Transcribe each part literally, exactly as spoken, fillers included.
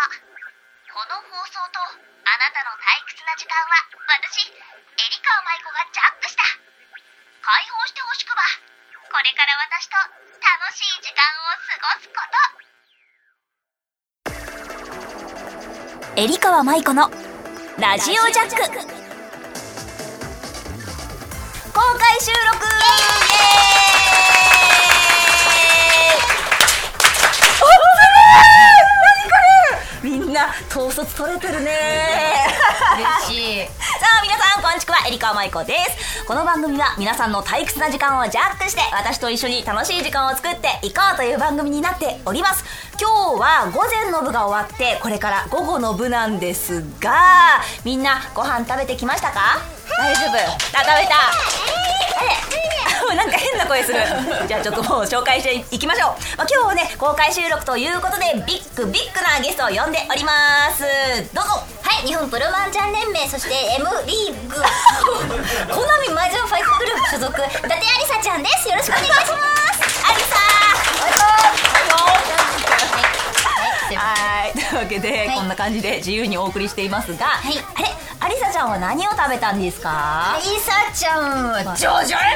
この放送とあなたの退屈な時間は私エリカ舞子がジャックした。解放してほしくばこれから私と楽しい時間を過ごすこと。 エリカ舞子のラジオジャック公開収録。イエーイ。みんな統率取れてるね。 嬉しい。 さあ皆さんこんにちは、エリカ舞子です。この番組は皆さんの退屈な時間をジャックして私と一緒に楽しい時間を作っていこうという番組になっております。今日は午前の部が終わってこれから午後の部なんですが、みんなご飯食べてきましたか？大丈夫？あ、食べた。あれなんか変な声する。じゃあちょっともう紹介していきましょう。まあ、今日はね公開収録ということでビッグビッグなゲストを呼んでおります。どうぞ。 はい、日本プロマンジャン連盟、そして M リーグコナミマージャンファイブグループ所属、伊達ありさちゃんです。よろしくお願いします。 ありさー。はい、というわけで、はい、こんな感じで自由にお送りしていますが、はい、あれアリサちゃんは何を食べたんですか？ アリサちゃんはジョジョ園弁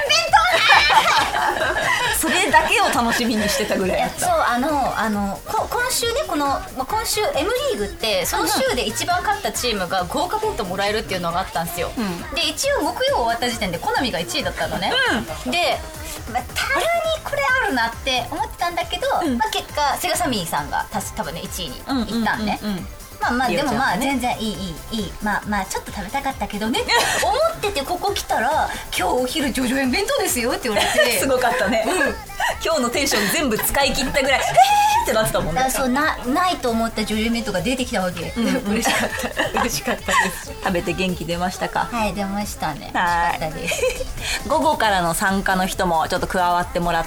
当それだけを楽しみにしてたぐらいだった。 そう、あのあのこ今週ね、この、まあ、今週 M リーグってその週で一番勝ったチームが豪華弁当もらえるっていうのがあったんですよ、うん、で一応木曜終わった時点でコナミがいちいだったのね、うん、で、まあ、たまにこれあるなって思ってたんだけど、うんまあ、結果セガサミーさんがた多分ねいちいにいったんね、うんうんうんうん、まあまあでもまあ全然いいいいいいまあまあちょっと食べたかったけどね思っててここ来たら今日お昼ジョジョ園弁当ですよって言われてすごかったね、うん、今日のテンション全部使い切ったぐらいえーってなってたもんね。 そう な, ないと思ったジョジョ園弁当が出てきたわけ、うんうん、嬉しかった嬉しかったです食べて元気出ましたか？ はい、出ましたね。はい、美味しかったです午後からの参加の人もちょっと加わってもらって、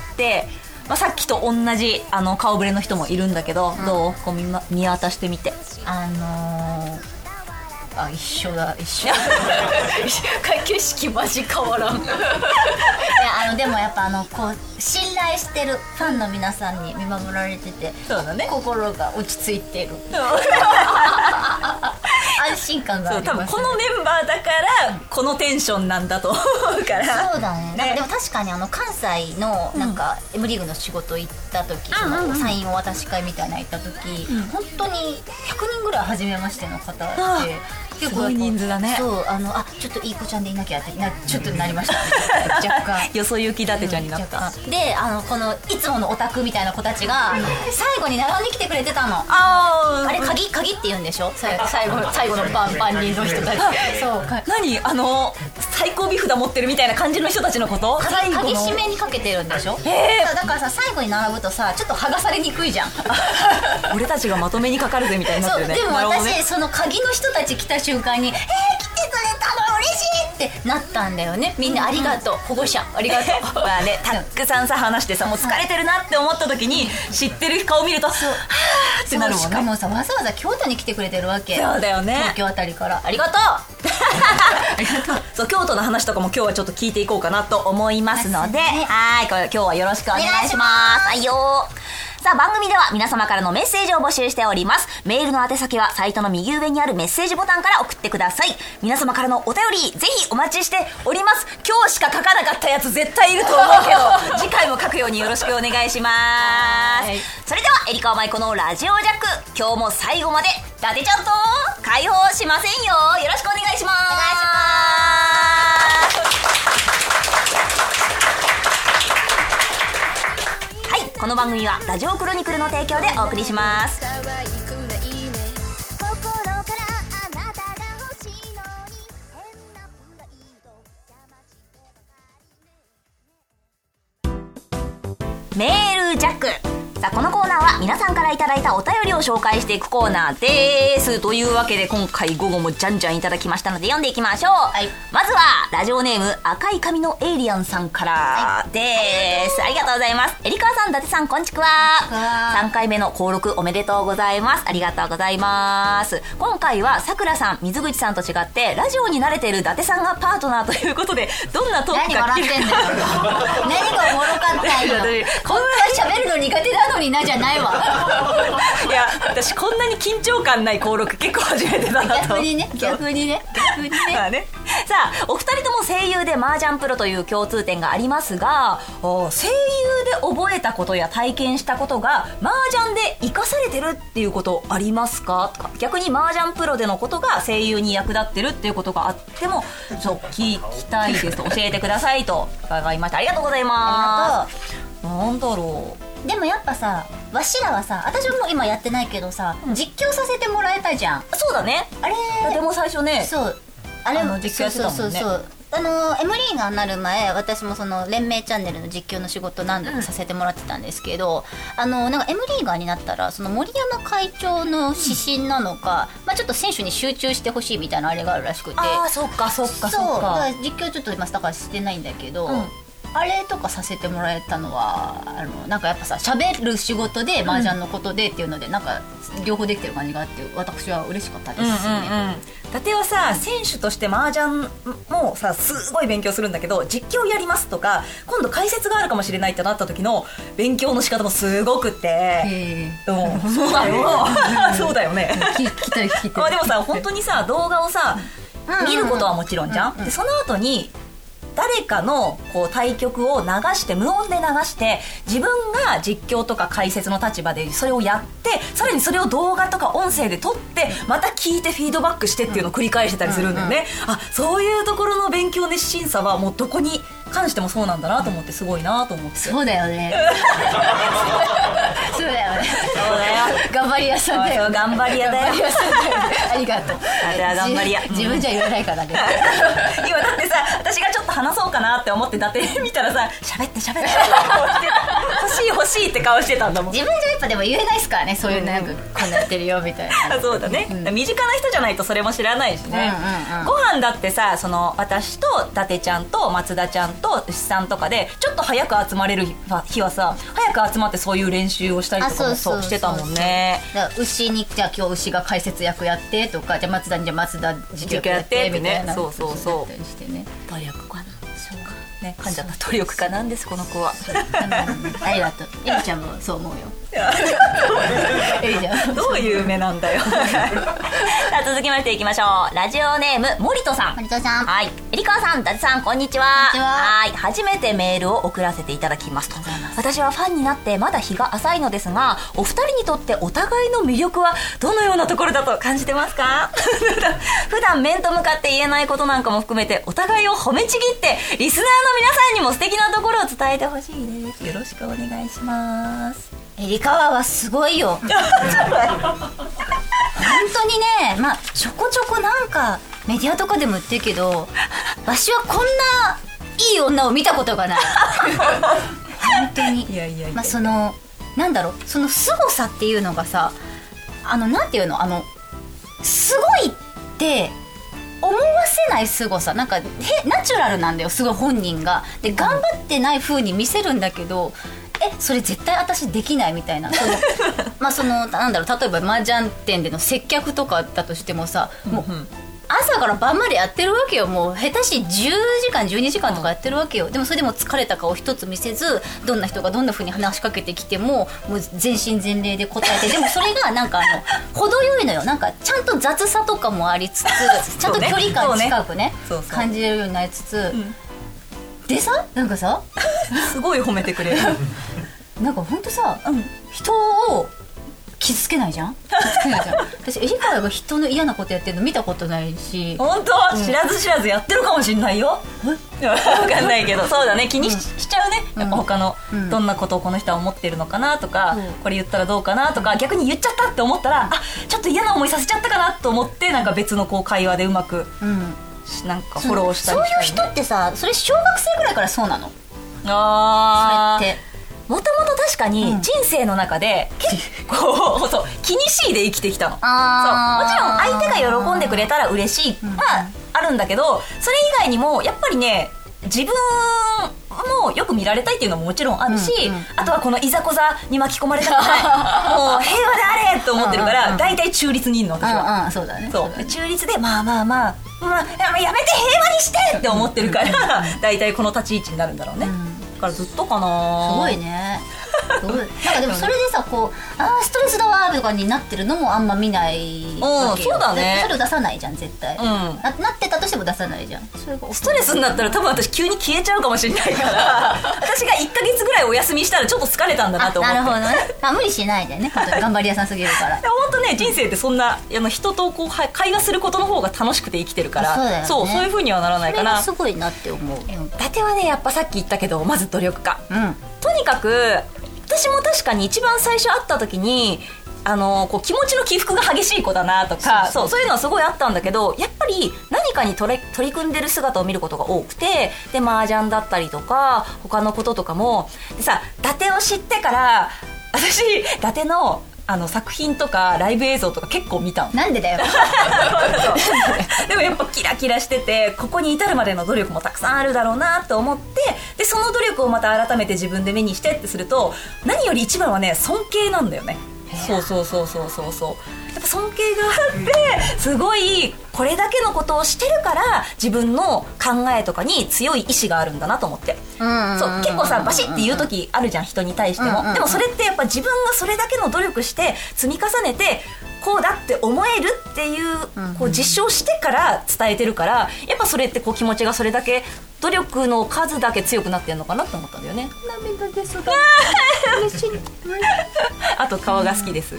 まあ、さっきと同じあの顔ぶれの人もいるんだけど、うん、どうこう 見, 見渡してみて。 あのー、あ一緒だ一緒景色マジ変わらんいやあのでもやっぱあのこう信頼してるファンの皆さんに見守られてて、 そうだね、 心が落ち着いてる安心感があります、ね、 そう多分このメンバーだからこのテンションなんだと思うからそうだ ね, ねなんかでも確かにあの関西のなんか M リーグの仕事行った時、うん、そのサインお渡し会みたいなの行った時、うん、本当にひゃくにんぐらい初めましての方で、 結構すごい人数だね。 そうあのあちょっといい子ちゃんでいなきゃってなちょっとなりました若干よそ行きだてちゃんになった、 うん、であのこのいつものオタクみたいな子たちが最後に並んできてくれてたの。ああれ鍵鍵って言うんでしょ、最後最後最後の番番人の人たちそうか何あの最後尾札持ってるみたいな感じの人たちのこと？ 鍵鍵締めにかけてるんでしょ。へだからさ最後に並ぶとさちょっと剥がされにくいじゃん俺たちがまとめにかかるぜみたいになってるね。 そうでも私、ね、その鍵の人たち来た瞬間にえー、来てくれたの嬉しいってなったんだよね。みんなありがとう、うん、保護者ありがとうまあね、たくさんさ話してさもう疲れてるなって思った時に知ってる顔見るとそうはーってなるもんね。 しかもさわざわざ京都に来てくれてるわけ。 そうだよね、 東京あたりからありがとうありがとうそう京都の話とかも今日はちょっと聞いていこうかなと思いますので、ね、はいこれ今日はよろしくお願いします。はいよさあ番組では皆様からのメッセージを募集しております。メールの宛先はサイトの右上にあるメッセージボタンから送ってください。皆様からのお便りぜひお待ちしております。今日しか書かなかったやつ絶対いると思うけど次回も書くようによろしくお願いします、はい、それではエリカ舞子のラジオジャック、今日も最後まで伊達ちゃんと解放しませんよ。よろしくお願いします。お願いしますはい、この番組はラジオクロニクルの提供でお送りします。メールジャック。さあこのコーナーは皆さんからいただいたお便りを紹介していくコーナーです。というわけで今回午後もじゃんじゃんいただきましたので読んでいきましょう、はい、まずはラジオネーム赤い髪のエイリアンさんからです、はい、ありがとうございます。エリカさん、伊達さん、こんちくわ。さんかいめの登録おめでとうございます。ありがとうございます。今回はさくらさん、水口さんと違ってラジオに慣れている伊達さんがパートナーということでどんなトークが聞ける何笑ってんだよ何がおもろかったんよこんな喋るの苦手だなのになじゃないわいや私こんなに緊張感ない登録結構初めてだなと。 逆にね逆にね逆にねまあね、さあお二人とも声優で麻雀プロという共通点がありますが、声優で覚えたことや体験したことが麻雀で生かされてるっていうことありますか？とか逆に麻雀プロでのことが声優に役立ってるっていうことがあってもちょっと聞きたいですと教えてくださいと伺いました。ありがとうございます。なんだろう、 でもやっぱさ、わしらはさ、私も今やってないけどさ、うん、実況させてもらえたじゃん。 そうだね。 あれでも最初ね、 そうあれも実況やってたもんね。そうそうそう、 あの エムリーガーになる前、私もその連盟チャンネルの実況の仕事何度もさせてもらってたんですけど、うん、あのなんか エムリーガーになったらその森山会長の指針なのか、うん、まあちょっと選手に集中してほしいみたいなあれがあるらしくて、 ああそっかそっかそっか、 そうだから実況ちょっと今だからしてないんだけど、うん、あれとかさせてもらえたのはあのなんかやっぱさ、喋る仕事で麻雀のことでっていうので、うん、なんか両方できてる感じがあって私は嬉しかったですね。うんうんうん、 伊達はさ、選手として麻雀もさすごい勉強するんだけど、実況やりますとか今度解説があるかもしれないってなった時の勉強の仕方もすごくて、うん、そうだよそうだよね聞きたい聞きたい。 まあでもさ本当にさ動画をさ見ることはもちろんじゃん、うんうん、でその後に誰かのこう対局を流して無音で流して自分が実況とか解説の立場でそれをやって、さらにそれを動画とか音声で撮ってまた聞いてフィードバックしてっていうのを繰り返してたりするんだよね、うんうんうん、あそういうところの勉強熱心さはもうどこに関してもそうなんだなと思ってすごいなと思って。 そうだよねそうだよねそうだよ頑張り屋さんだよ、 ね、頑張り屋だよありがとう。 あれは頑張り屋、 自分じゃ言わないからね今だってさ私がちょっと話そうかなって思って伊達見たらさ喋って喋って欲しい欲しいって顔してたんだもん。 自分じゃやっぱでも言えないですからね、そういうなんかこんなやってるよみたいなそうだね、うん、身近な人じゃないとそれも知らないしね、うんうんうん、ご飯だってさその私と伊達ちゃんと松田ちゃんと牛さんとかでちょっと早く集まれる日はさ早く集まってそういう練習をしたりとかもそうしてたもんね。 だから牛にじゃあ今日牛が解説役やってとか、じゃあ松田にじゃあ松田実況やってみたいな、 そうそうそうやったりしてね。 努力かな、そうかね、噛んじゃった。努力家なんですこの子はありがとう。エリちゃんもそう思うよエリちゃんどういう目なんだよさあ続きましていきましょう。ラジオネーム森戸さん。 森戸さん、 はい、えりかわさん、伊達さん、こんにちは。 こんにちは。 はい、初めてメールを送らせていただきますと。私はファンになってまだ日が浅いのですが、お二人にとってお互いの魅力はどのようなところだと感じてますか普段面と向かって言えないことなんかも含めてお互いを褒めちぎってリスナーの皆さんにも素敵なところを伝えてほしいです。よろしくお願いします。 えりかわはすごいよ本当にね、まあちょこちょこなんかメディアとかでも言ってるけど、わしはこんないい女を見たことがない本当に。 いやいやいや、 まあそのなんだろう、その凄さっていうのがさ、あのなんていうの、あのすごいって思わせない凄さ、なんかへナチュラルなんだよ、すごい本人が。で頑張ってない風に見せるんだけど、えそれ絶対私できないみたいな、そのまあそのなんだろう、例えば麻雀店での接客とかだとしてもさ、もう朝から晩までやってるわけよ。もう下手しじゅうじかんじゅうにじかんとかやってるわけよ。でもそれでも疲れた顔一つ見せず、どんな人がどんな風に話しかけてきてももう全身全霊で答えてでもそれがなんかあの程よいのよ。なんかちゃんと雑さとかもありつつちゃんと距離感近くね感じれるようになりつつ、うん、でさ、なんかさすごい褒めてくれるなんかほんとさ、うん、人を傷つけないじゃん傷つけないじゃん私エリカが人の嫌なことやってるの見たことないし。 本当、うん、知らず知らずやってるかもしんないよ。分かんないけどそうだね、気に し,、うん、しちゃうね。やっぱ他の、うん、どんなことをこの人は思ってるのかなとか、うん、これ言ったらどうかなとか、逆に言っちゃったって思ったら、あちょっと嫌な思いさせちゃったかなと思って、なんか別のこう会話でうまく、うん、なんかフォローしたりしたり、ね、 そういう人ってさ、それ小学生ぐらいからそうなの？ あそれってもともと確かに人生の中で結構そう気にしいで生きてきたの。 あそうもちろん相手が喜んでくれたら嬉しいはあるんだけど、それ以外にもやっぱりね、自分もよく見られたいっていうのももちろんあるし、うんうん、あとはこのいざこざに巻き込まれたくないもう平和であれと思ってるから大体中立にいるの私は。 うんうん、そうだね。 そう、中立でまあまあまあ、まあ、やめて平和にしてって思ってるから大体この立ち位置になるんだろうね、うん、だからずっとかな。 すごいねどうなんかでもそれでさこうあーストレスだわーとかになってるのもあんま見ないわけよ。 そうだね。 それを出さないじゃん絶対、 うん、 な, なってたとしても出さないじゃん。それがストレスになったら多分私急に消えちゃうかもしれないから私がいっかげつぐらいお休みしたらちょっと疲れたんだなと思って。 なるほどね。あ無理しないでね本当に頑張り屋さんすぎるから本当ね人生ってそんなあの人とこう会話することの方が楽しくて生きてるからそうだよね。 そうそういう風にはならないかな。 それがすごいなって思う。伊達はねやっぱさっき言ったけどまず努力家、 うん、 とにかく私も確かに一番最初会った時にあのこう気持ちの起伏が激しい子だなとかそうそういうのはすごいあったんだけどやっぱり何かに取り、取り組んでる姿を見ることが多くてで麻雀だったりとか他のこととかもでさ伊達を知ってから私伊達のあの作品とかライブ映像とか結構見たの。 なんでだよでもやっぱキラキラしててここに至るまでの努力もたくさんあるだろうなと思ってでその努力をまた改めて自分で目にしてってすると何より一番はね尊敬なんだよね。そうそうそうそうそうそうやっぱ尊敬があってすごいこれだけのことをしてるから自分の考えとかに強い意志があるんだなと思って、うんそう結構さバシッて言う時あるじゃん人に対しても、うんうんうん、でもそれってやっぱ自分がそれだけの努力して積み重ねてこうだって思えるっていう、こう実証してから伝えてるからやっぱそれってこう気持ちがそれだけ努力の数だけ強くなってるのかなと思ったんだよね。 涙出そうだ嬉しいあと顔が好きです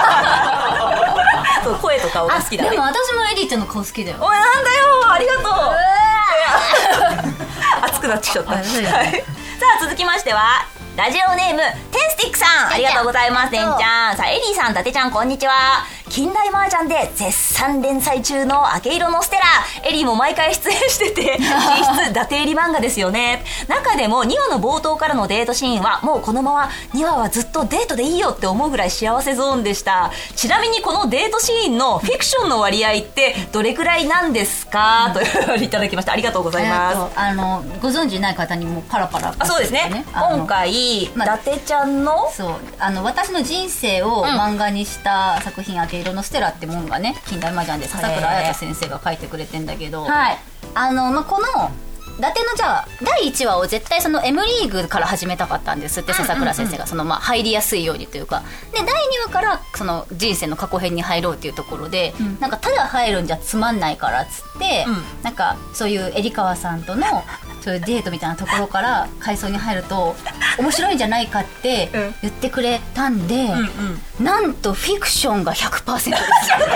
そう声と顔が好きだね。 でも私もエリーちゃんの顔好きだよ。 おいなんだよありがとう熱くなってきちゃった、はい、さあ続きましてはラジオネームテンスティックさんありがとうございます。てんちゃんさあエリーさん伊達ちゃんこんにちは。近代麻雀で絶賛連載中の明け色のステラエリーも毎回出演してて実質伊達エリ漫画ですよね。中でもにわの冒頭からのデートシーンはもうこのままにわはずっとデートでいいよって思うぐらい幸せゾーンでした。ちなみにこのデートシーンのフィクションの割合ってどれくらいなんですか、うん、といただきました。ありがとうございます、 えー、あのご存知ない方にもパラパラ、ね、 あそうですね今回伊達ちゃんのそうあの私の人生を漫画にした作品、うん、明け色のステラってもんがね近代麻雀で笹倉彩先生が書いてくれてんだけど、はい、あの、まあ、この伊達のじゃあだいいちわを絶対その M リーグから始めたかったんですって笹倉先生がそのまあ入りやすいようにというかでだいにわからその人生の過去編に入ろうっていうところで、うん、なんかただ入るんじゃつまんないからっつって、うん、なんかそういうエリカワさんとのそういうデートみたいなところから階層に入ると面白いんじゃないかって言ってくれたんで、うんうんうん、なんとフィクションが ひゃくパーセント ですよ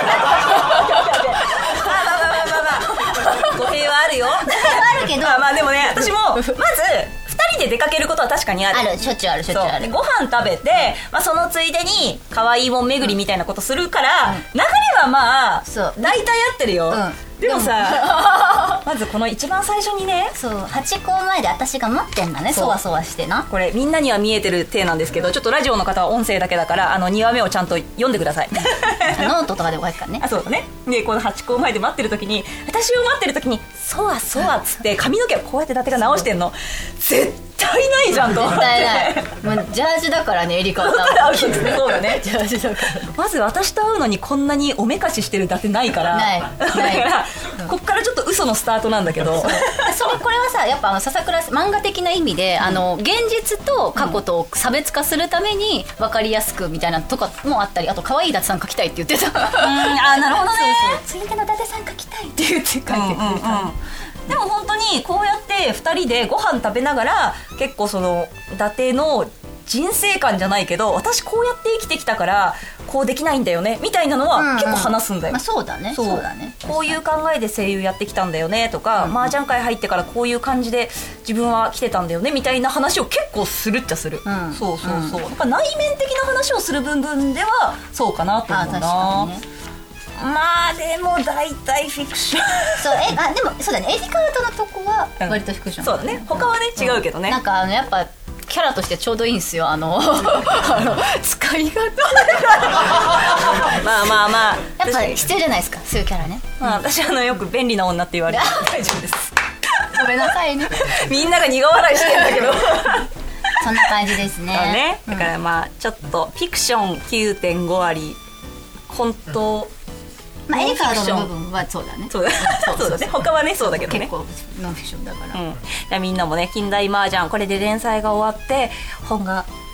語弊はあるよあるけどまあまあでもね私もまずふたりで出かけることは確かにあるあるしょっちゅうあるしょっちゅうあるご飯食べて、まあ、そのついでに可愛いもん巡りみたいなことするから、うん、流れはまあそう大体合ってるよ、うんでもさまずこの一番最初にねそうハチ公前で私が待ってんだねそわそわしてなこれみんなには見えてる体なんですけどちょっとラジオの方は音声だけだからあのにわめをちゃんと読んでくださいノートとかでもいいからねあそうだねでこのハチ公前で待ってる時に私を待ってる時にそわそわっつって髪の毛をこうやって伊達が直してんの絶対ないじゃんと思って絶対ないもうジャージだからねエリカはそうだねジャージだからまず私と会うのにこんなにおめかししてる伊達ないからないだからこっからちょっと嘘のスタートなんだけどそ, それこれはさやっぱあの笹倉漫画的な意味で、うん、あの現実と過去と差別化するために分かりやすくみたいなとかもあったりあと可愛い伊達さん描きたいって言ってたうんあなるほどねそうそうついでの伊達さん描きたいって言って描いてくれた、うんうんうんでも本当にこうやってふたりでご飯食べながら結構その伊達の人生観じゃないけど私こうやって生きてきたからこうできないんだよねみたいなのは結構話すんだよ、 うんうんまあ、そうだねそ, うそうだねこういう考えで声優やってきたんだよねとか、うん、麻雀界入ってからこういう感じで自分は来てたんだよねみたいな話を結構するっちゃする、うん、そうそうそう、うん、なんか内面的な話をする部分ではそうかなと思うなあ確かにねまあでも大体フィクションそうえあでもそうだねエリカートのとこは割とフィクション、 そうだね他はね、うん、違うけどねなんかあのやっぱキャラとしてちょうどいいんすよあのあの使い勝手まあまあまあやっぱ必要じゃないですかそういうキャラね、 まあ、私あのよく便利な女って言われて大丈夫ですごめんなさいねみんなが苦笑いしてるんだけどそんな感じですねだねだからまあちょっとフィクション きゅうてんご 割本当、うんまあ、エリカードの部分はそうだねそうだそうだね他はねそうだけどね結構ノンフィクションだから、 うん、みんなもね近代麻雀これで連載が終わって本が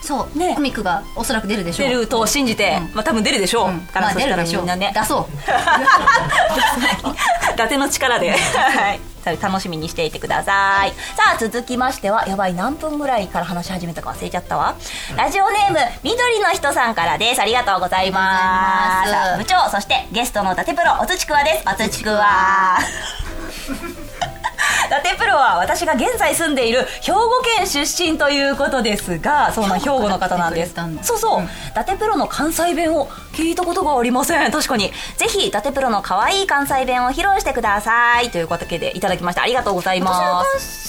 そうねコミックがおそらく出るでしょう。 出ると信じて、うん、まあ多分出るでしょう、うん、からそしたらみんなね、 出そう伊達の力ではい楽しみにしていてください。さあ続きましては、やばい何分ぐらいから話し始めたか忘れちゃったわ。ラジオネーム緑の人さんからです。ありがとうございます。さあ部長、そしてゲストの伊達プロおつちくわです。おつちくわ伊達プロは私が現在住んでいる兵庫県出身ということですが、そうなん兵庫の方なんです。そうそう、うん、伊達プロの関西弁を聞いたことがありません。確かにぜひ伊達プロの可愛い関西弁を披露してくださいということでいただきました。ありがとうございます。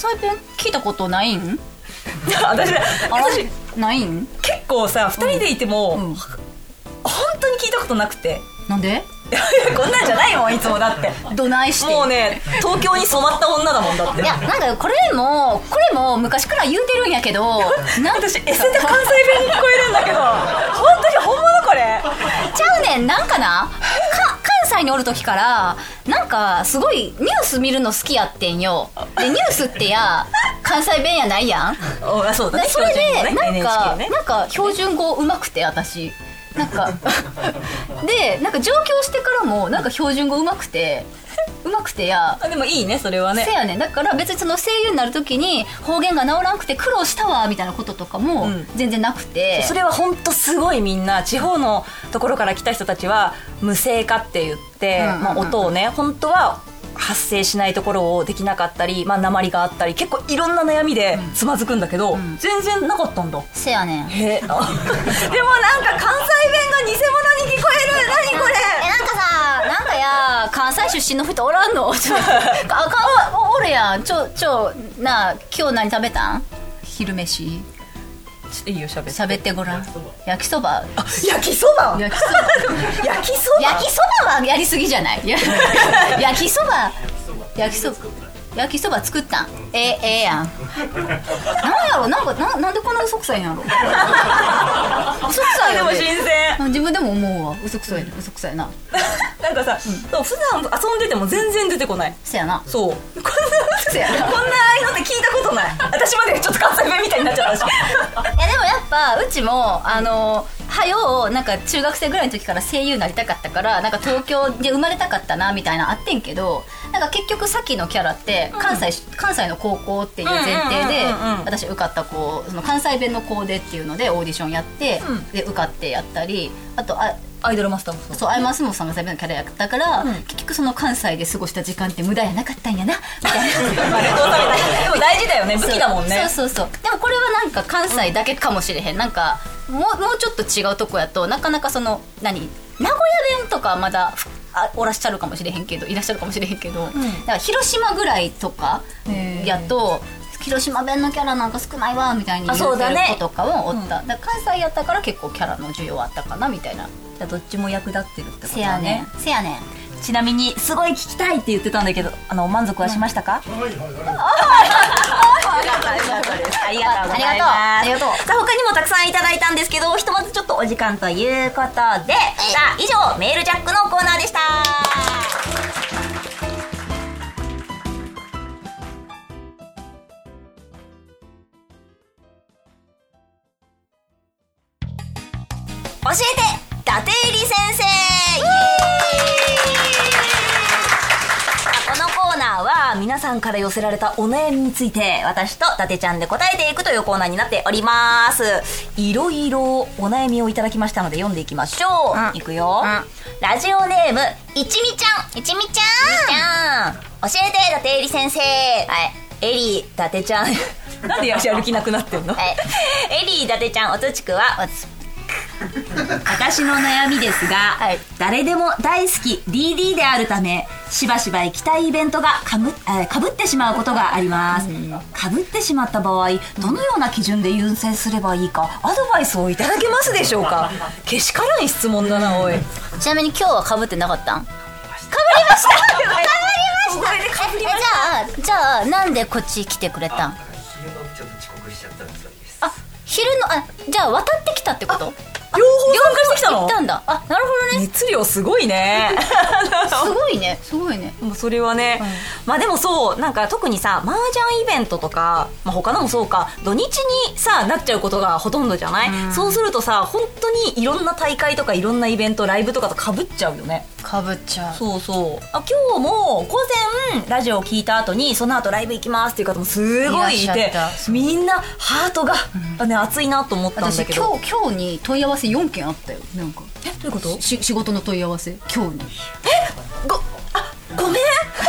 私の関西弁聞いたことないん私私ないん結構さふたりでいても、うんうん、本当に聞いたことなくて。 なんでこんなんじゃないもんいつも。だってどないしてもうね東京に染まった女だもん。だっていやなんかこれもこれも昔から言うてるんやけど私エセで関西弁に聞こえるんだけど本当に本物これちゃうねん。なんかなか関西におる時からなんかすごいニュース見るの好きやってんよ。でニュースってや関西弁やないやんあそうだね。 それで、ね、なんか、 エヌエイチケー ね、 なんか標準語うまくて私なんかでなんか上京してからもなんか標準語うまくてうまくてやでもいいねそれはね。 せやねん。だから別にその声優になる時に方言が治らんくて苦労したわみたいなこととかも全然なくて、 うん、それは本当すごい。みんな地方のところから来た人たちは無声化って言って、うんうんうん、まあ、音をね本当は発生しないところをできなかったり、まあ、訛りがあったり結構いろんな悩みでつまずくんだけど、うん、全然なかったんだ。 せやねん。 へでもなんか関西弁が偽物に聞こえる。何これえなんかさなんかや関西出身の人おらんのちょあかんおるやん。ちょちょなあ今日何食べたん昼飯。 ちょっといいよしゃべってしゃべってごらん。焼きそば。 あ焼きそば焼きそば焼きそば焼きそばはやりすぎじゃない焼きそば焼きそば焼きそば作ったんええええやん。なんやろなんか な, なんでこんな嘘くさいんやろ嘘くさいよ、ね、 でも新鮮。 自分でも思うわ嘘くさい嘘くさいななんかさ、うん、そう普段遊んでても全然出てこない。 せやな。 そうこんなせやなこんなああいうのって聞いたことない。私までちょっと関西弁みたいになっちゃったしいやでもやっぱうちもあのはよなんか中学生ぐらいの時から声優になりたかったからなんか東京で生まれたかったなみたいなあってんけどなんか結局さっきのキャラって関西、うん、関西の高校っていう前提で私受かった子その関西弁の子でっていうのでオーディションやって、うん、で受かってやったりあとあアイドルマスターもそうそうアイマスも関西弁のキャラやったから、うん、結局その関西で過ごした時間って無駄やなかったんやなみたいなでも大事だよね武器だもんね。 そうそうそうでもこれはなんか関西だけかもしれへん、うん、なんかもう、もうちょっと違うとこやとなかなかその何名古屋弁とかまだあおらっしゃるかもしれへんけどいらっしゃるかもしれへんけど、うん、だから広島ぐらいとかやと広島弁のキャラなんか少ないわみたいに言ってる子とかもおった、ね、だから関西やったから結構キャラの需要あったかなみたいな。 じゃどっちも役立ってるってことだね。 せやねんせやねん。 ちなみにすごい聞きたいって言ってたんだけどあの満足はしましたか？はいはいはいありがとうございます。ありがとうございます。ありがとう。さあ他にもたくさんいただいたんですけどひとまずちょっとお時間ということで、さあ以上メールジャックのコーナーでした。教えて伊達えり先生。このコーナーは皆さんから寄せられたお悩みについて私と伊達ちゃんで答えていくというコーナーになっております。いろいろお悩みをいただきましたので読んでいきましょう、うん、いくよ、うん、ラジオネームいちみちゃんいちみちゃん教えて伊達えり先生。はいエリー伊達ちゃんなんで足歩きなくなってんの、はい、エリー伊達ちゃんおつちくはおつ私の悩みですが、はい、誰でも大好き ディーディー であるためしばしば行きたいイベントがかぶ、えー、かぶってしまうことがあります。かぶってしまった場合どのような基準で優先すればいいかアドバイスをいただけますでしょうか。けしからん質問だなおい。 ちなみに今日はかぶってなかったん？かぶりましたかぶりましたかぶりました。じゃあじゃあなんでこっち来てくれたん？ 昼のちょっと遅刻しちゃったんです。 あ昼のあじゃあ渡ってきたってこと？ 両方参加してきたの？ 行ったんだ。あ、なるほどね。 熱量すごいねすごいねすごいね。 もうそれはね、うん、まあでもそうなんか特にさ麻雀イベントとか、 まあ、他のもそうか、土日にさなっちゃうことがほとんどじゃない、うん、そうするとさ本当にいろんな大会とかいろんなイベントライブとかとかぶっちゃうよね。 かぶっちゃう。 そうそう。あ、今日も午前ラジオを聞いた後にその後ライブ行きますっていう方もすごいいて、みんなハートが、うん、ね、熱いなと思ったんだけど、 私今日今日に問い合わせよんけんあったよ。なんかえどういうこと？ し仕事の問い合わせ今日に。 えごあごめんどうしよ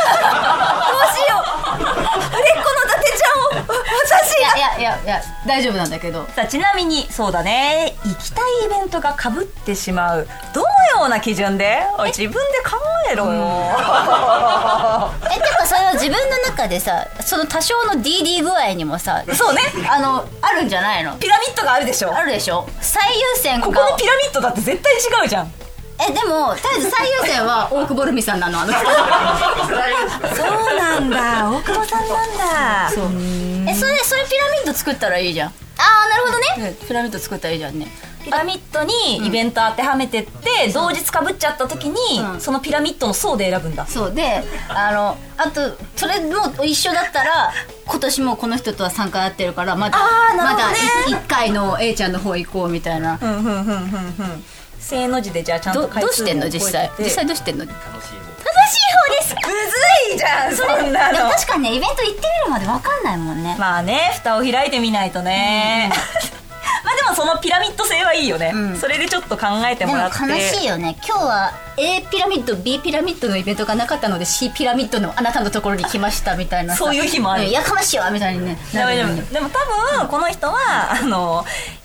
う売れっ子の伊達ちゃんを私がいやいやいやいや大丈夫なんだけどさあ、ちなみにそうだね、行きたいイベントが被ってしまう、どのような基準で自分で考えろよ、うん、えてかそれは自分の中でさ、その多少の ディーディー 具合にもさ、 そうね、 あのあるんじゃないの？ ピラミッドがあるでしょ。 あるでしょ。最優先がここのピラミッドだって絶対違うじゃん。 えでもとりあえず最優先は大久保ルミさんなの。あのそうなんだ、大久保さんなんだ。 そうえそれそれピラミッド作ったらいいじゃん。ああなるほどね、ピラミッド作ったらいいじゃんね。 ピラミッドにイベント当てはめてって、うん、同日かぶっちゃった時に、うん、そのピラミッドの層で選ぶんだ。 そうで、あのあとそれも一緒だったら今年もこの人とはさんかい会ってるからまだ、ね、まだいっかいの A ちゃんの方行こうみたいな。 うんうんうんうんうん。正の字でじゃあちゃんと回数をどうしてんの実際実際どうしてんの？ 楽しい方です。むずいじゃんそんなの。 でも確かにね、イベント行ってみるまで分かんないもんね。 まあね、蓋を開いてみないとね、うん、まあでもそのピラミッド性はいいよね、うん、それでちょっと考えてもらって。 でも悲しいよね、今日は A ピラミッド B ピラミッドのイベントがなかったので C ピラミッドのあなたのところに来ましたみたいなそういう日もある。 やかましいわみたいにね。 でもでもでも多分この人はあの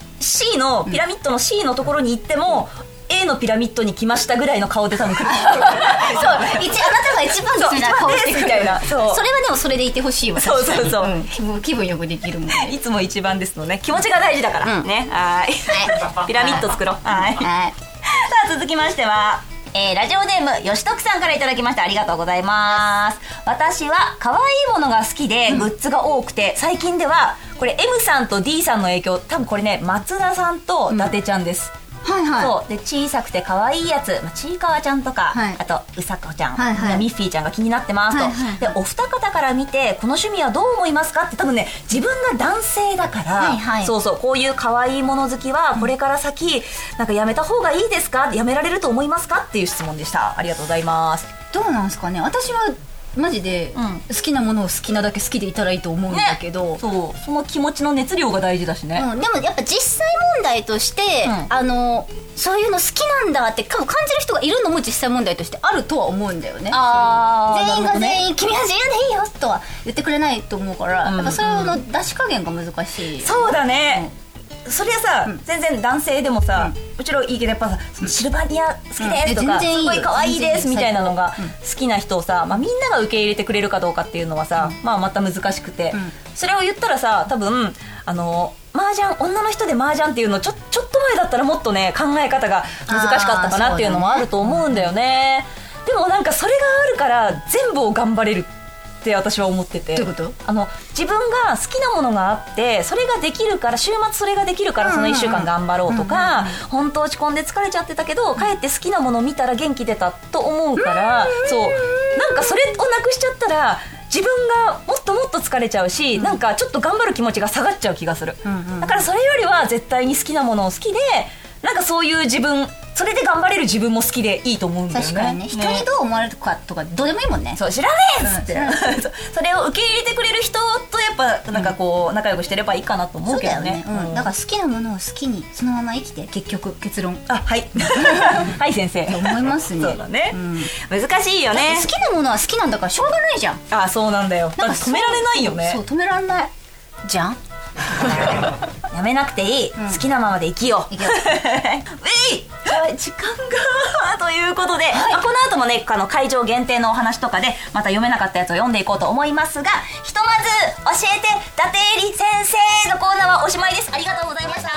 C のピラミッドの C のところに行っても、うんA のピラミッドに来ましたぐらいの顔で多分来る。そう、一あなたが一番ですみたいな顔してくみたいな。そう、それはでもそれでいてほしいわ。 そうそうそう、 うん、気分気分よくできるもん、ね、 いつも一番ですのね、気持ちが大事だから、うん、ね。はいピラミッド作ろう。はい、はい、さあ続きましては、えー、ラジオネームよしとくさんからいただきました。ありがとうございます。私は可愛いものが好きでグッズが多くて、うん、最近ではこれ M さんと D さんの影響、多分これね松田さんと伊達ちゃんです、うんはいはい、そうで小さくて可愛いやつ、まあ、ちいかわちゃんとか、はい、あとうさこちゃん、はいはい、ミッフィーちゃんが気になってますと、はいはいはい、でお二方から見てこの趣味はどう思いますかって、多分ね自分が男性だから、はいはい、そうそう、こういう可愛いもの好きはこれから先、うん、なんかやめた方がいいですか、やめられると思いますかっていう質問でした。ありがとうございます。 どうなんですかね、私はマジで好きなものを好きなだけ好きでいたらいいと思うんだけど、 ね、そうその気持ちの熱量が大事だしね、 うん、でもやっぱ実際問題として、うん、あのそういうの好きなんだって感じる人がいるのも実際問題としてあるとは思うんだよね。あ全員が全員、ね、君は自由でいいよとは言ってくれないと思うから、うん、やっぱそれの出し加減が難しい。 そうだね、うん、それはさ、うん、全然男性でもさ、うん、もちろんいいけどやっぱさシルバニア好きですとか、うん、すごい可愛いですみたいなのが好きな人をさ、まあ、みんなが受け入れてくれるかどうかっていうのはさ、うん、まあまた難しくて、うん、それを言ったらさ多分あの麻雀女の人で麻雀っていうのちょ、ちょっと前だったらもっとね考え方が難しかったかなっていうのもあると思うんだよね。でもなんかそれがあるから全部を頑張れるって私は思ってて。 どういうこと？ あの自分が好きなものがあってそれができるから、週末それができるからそのいっしゅうかん頑張ろうとか、本当落ち込んで疲れちゃってたけど帰って好きなものを見たら元気出たと思うから、そうなんかそれをなくしちゃったら自分がもっともっと疲れちゃうし、なんかちょっと頑張る気持ちが下がっちゃう気がする、だからそれよりは絶対に好きなものを好きで、なんかそういう自分、それで頑張れる自分も好きでいいと思うんだよね。 確かにね、人にどう思われるかとかどうでもいいもんね。 そう知らねえっつって、うん、それを受け入れてくれる人とやっぱなんかこう仲良くしてればいいかなと思うけどね。 そうだよね、うん、だから好きなものを好きにそのまま生きて、結局結論。 あはいはい先生と思いますね。 そうだね、うん、難しいよね。 好きなものは好きなんだからしょうがないじゃん。 あそうなんだよ、なんか止められないよね。 そう止められないじゃんやめなくていい、うん、好きなままで生きよう。生きようえい時間がということで、はい、まあ、この後もねあの会場限定のお話とかでまた読めなかったやつを読んでいこうと思いますが、ひとまず教えて伊達えり先生のコーナーはおしまいです。ありがとうございました。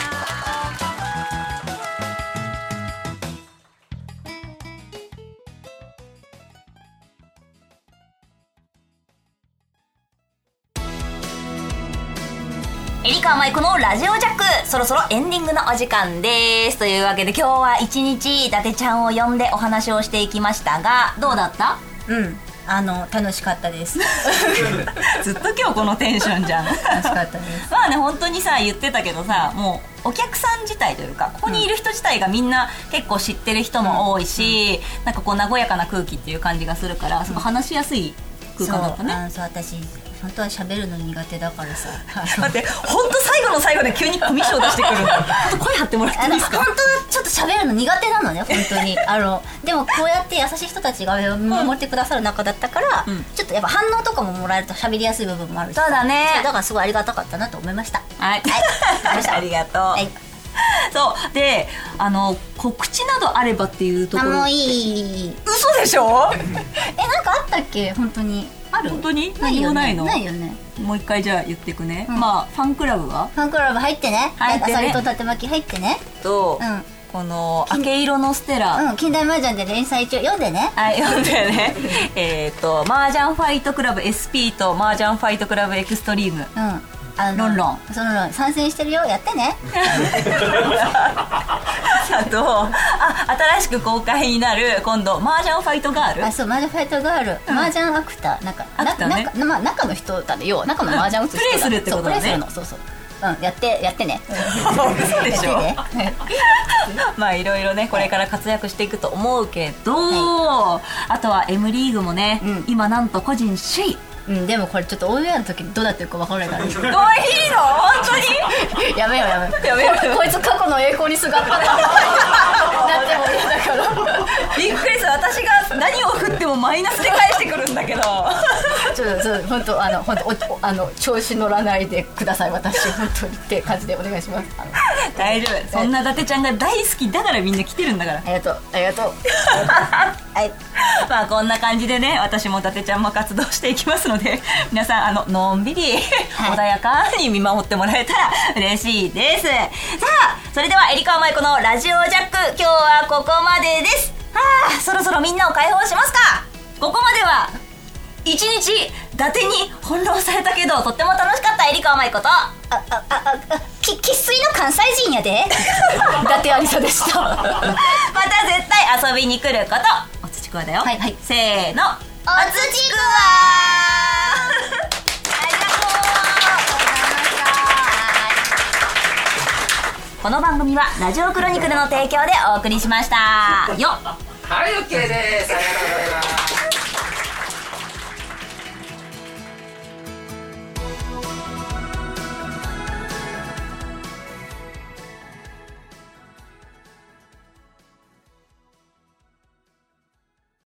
エリカマイコのラジオジャック、そろそろエンディングのお時間です。というわけで今日は一日伊達ちゃんを呼んでお話をしていきましたが、どうだった？ うんあの楽しかったですずっと今日このテンションじゃん。 楽しかったですまあね、本当にさ言ってたけどさ、もうお客さん自体というかここにいる人自体がみんな結構知ってる人も多いし、うん、なんかこう和やかな空気っていう感じがするから、すごい話しやすい空間だったね。 そう、あのそう私本当は喋るの苦手だからさ待って、本当最後の最後で急にコミュ障出してくるんだ。本当声張ってもらっていいですか。 本当はちょっと喋るの苦手なのね本当にあのでもこうやって優しい人たちが見守ってくださる中だったから、うん、ちょっとやっぱ反応とかももらえると喋りやすい部分もあるし、 そうだね、 だからすごいありがたかったなと思いました。 はい、はい、ありがとう、はい、そうで、あの告知などあればっていうところ。 あ、もういい。 嘘でしょえ、 なんかあったっけ本当に。ある？ 本当に何もないの？ ないよね。 もう一回じゃあ言ってくね、うん、まあファンクラブはファンクラブ入ってね、入ってね、アサリと縦巻き入ってねと、うん、この明け色のステラ、 うん、近代麻雀で連載中、読んでね。 はい、読んでねえっと麻雀ファイトクラブ エスピー と麻雀ファイトクラブエクストリーム、うん、あのロンロン、 そのロン参戦してるよ、やってねあと、あ、新しく公開になる今度麻雀ファイトガール。 あ、そう、麻雀ファイトガール、うん、麻雀アクター、なんかアクターね、 な、まあ、中の人だね、要は中の麻雀打つ人だ、 プレイするってことだね。 そう、プレイするの、そうそう、うん、やってやってねそうでしょまあいろいろねこれから活躍していくと思うけど、はい、あとは M リーグもね、うん、今なんと個人首位。 うん、でもこれちょっとオンエアの時どうなってるか分からないから、ね、 どういいの本当にやめようやめようやめようこいつ過去の栄光にすがったなってもいいんだからびっくりする。私が何を振ってもマイナスで返してくるんだけどちょっとちょっと本当あの本当あの調子乗らないでください私本当にって感じでお願いします。あの大丈夫、そんな伊達ちゃんが大好きだからみんな来てるんだから。 ありがとうありがとうはい、 まあこんな感じでね私も伊達ちゃんも活動していきますので皆さんあののんびり、はい、穏やかに見守ってもらえたら嬉しいです。さあそれではえりかわまいこのラジオジャック今日はここまでです。はあ、そろそろみんなを解放しますか。ここまでは一日伊達に翻弄されたけどとっても楽しかったえりかわまいこと。あああああき生粋の関西人やで伊達ありさでしたまた絶対遊びに来ること。おつちくわだよ、 はいはい、 せーの、おつちくわありがとう。この番組はラジオクロニクルの提供でお送りしましたよ。 はい、 OK です。ありがとうございます。